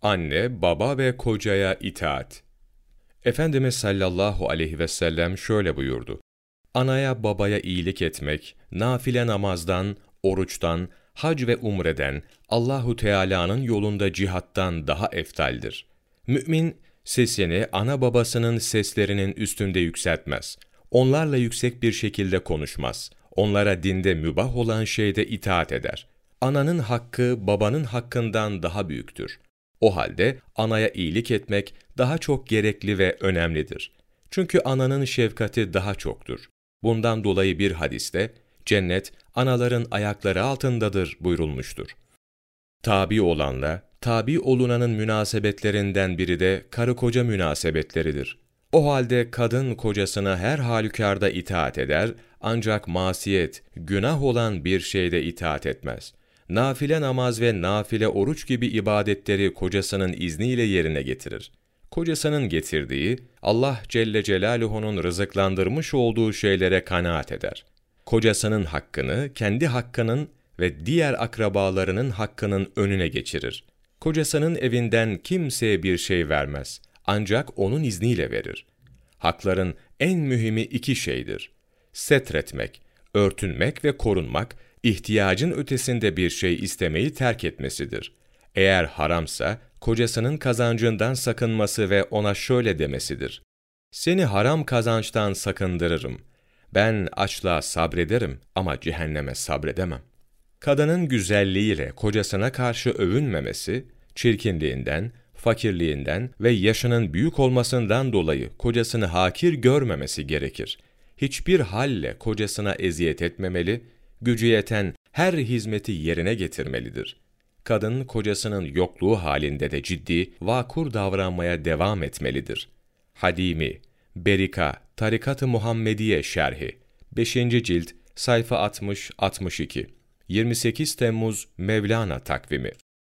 Anne, baba ve kocaya itaat. Efendimiz sallallahu aleyhi ve sellem şöyle buyurdu: Anaya babaya iyilik etmek, nafile namazdan, oruçtan, hac ve umreden, Allahu Teala'nın yolunda cihattan daha eftaldir. Mümin, sesini ana babasının seslerinin üstünde yükseltmez. Onlarla yüksek bir şekilde konuşmaz. Onlara dinde mübah olan şeyde itaat eder. Ananın hakkı babanın hakkından daha büyüktür. O halde anaya iyilik etmek daha çok gerekli ve önemlidir. Çünkü ananın şefkati daha çoktur. Bundan dolayı bir hadiste, cennet anaların ayakları altındadır buyurulmuştur. Tabi olanla, tabi olunanın münasebetlerinden biri de karı koca münasebetleridir. O halde kadın kocasına her halükarda itaat eder, ancak masiyet, günah olan bir şeyde itaat etmez. Nafile namaz ve nafile oruç gibi ibadetleri kocasının izniyle yerine getirir. Kocasının getirdiği, Allah Celle Celaluhu'nun rızıklandırmış olduğu şeylere kanaat eder. Kocasının hakkını, kendi hakkının ve diğer akrabalarının hakkının önüne geçirir. Kocasının evinden kimseye bir şey vermez, ancak onun izniyle verir. Hakların en mühimi iki şeydir: setretmek, örtünmek ve korunmak, ihtiyacın ötesinde bir şey istemeyi terk etmesidir. Eğer haramsa, kocasının kazancından sakınması ve ona şöyle demesidir: Seni haram kazançtan sakındırırım. Ben açlığa sabrederim ama cehenneme sabredemem. Kadının güzelliğiyle kocasına karşı övünmemesi, çirkinliğinden, fakirliğinden ve yaşının büyük olmasından dolayı kocasını hakir görmemesi gerekir. Hiçbir halle kocasına eziyet etmemeli, gücü yeten her hizmeti yerine getirmelidir. Kadın kocasının yokluğu halinde de ciddi, vakur davranmaya devam etmelidir. Hadimi, Berika, Tarikat-ı Muhammediye Şerhi, 5. cilt, sayfa 60-62, 28 Temmuz Mevlana takvimi.